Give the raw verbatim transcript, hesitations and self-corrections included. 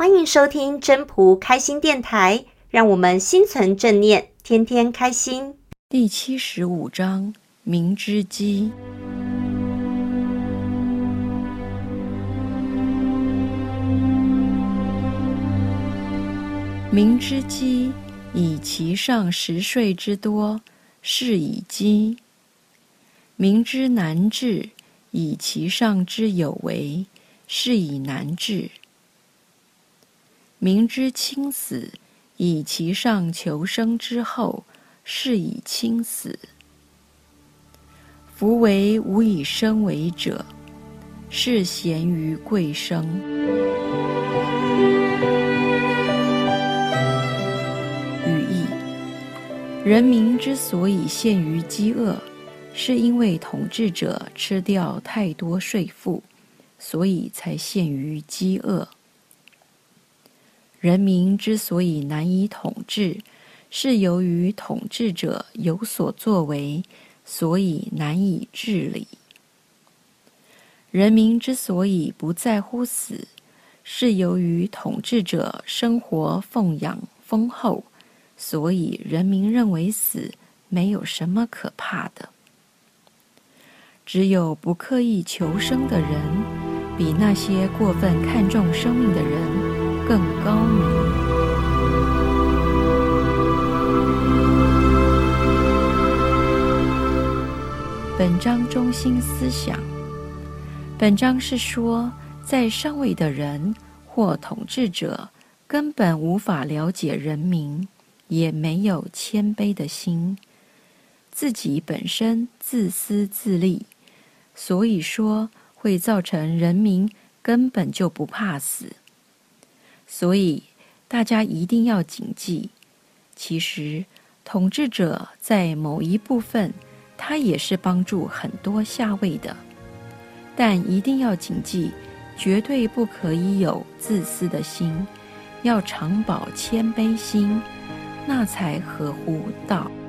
欢迎收听真仆开心电台，让我们心存正念，天天开心。 第七十五章，明之机。明之机，以其上十岁之多，是以机；明之难治，以其上之有为，是以难治；明之轻死，以其上求生之后，是以轻死。夫为无以生为者，是贤于贵生。语义：人民之所以陷于饥饿，是因为统治者吃掉太多税赋，所以才陷于饥饿。人民之所以难以统治，是由于统治者有所作为，所以难以治理。人民之所以不在乎死，是由于统治者生活奉养丰厚，所以人民认为死没有什么可怕的。只有不刻意求生的人，比那些过分看重生命的人更高明。本章中心思想：本章是说，在上位的人或统治者根本无法了解人民，也没有谦卑的心，自己本身自私自利，所以说会造成人民根本就不怕死。所以大家一定要谨记，其实统治者在某一部分他也是帮助很多下位的，但一定要谨记，绝对不可以有自私的心，要常保谦卑心，那才合乎道。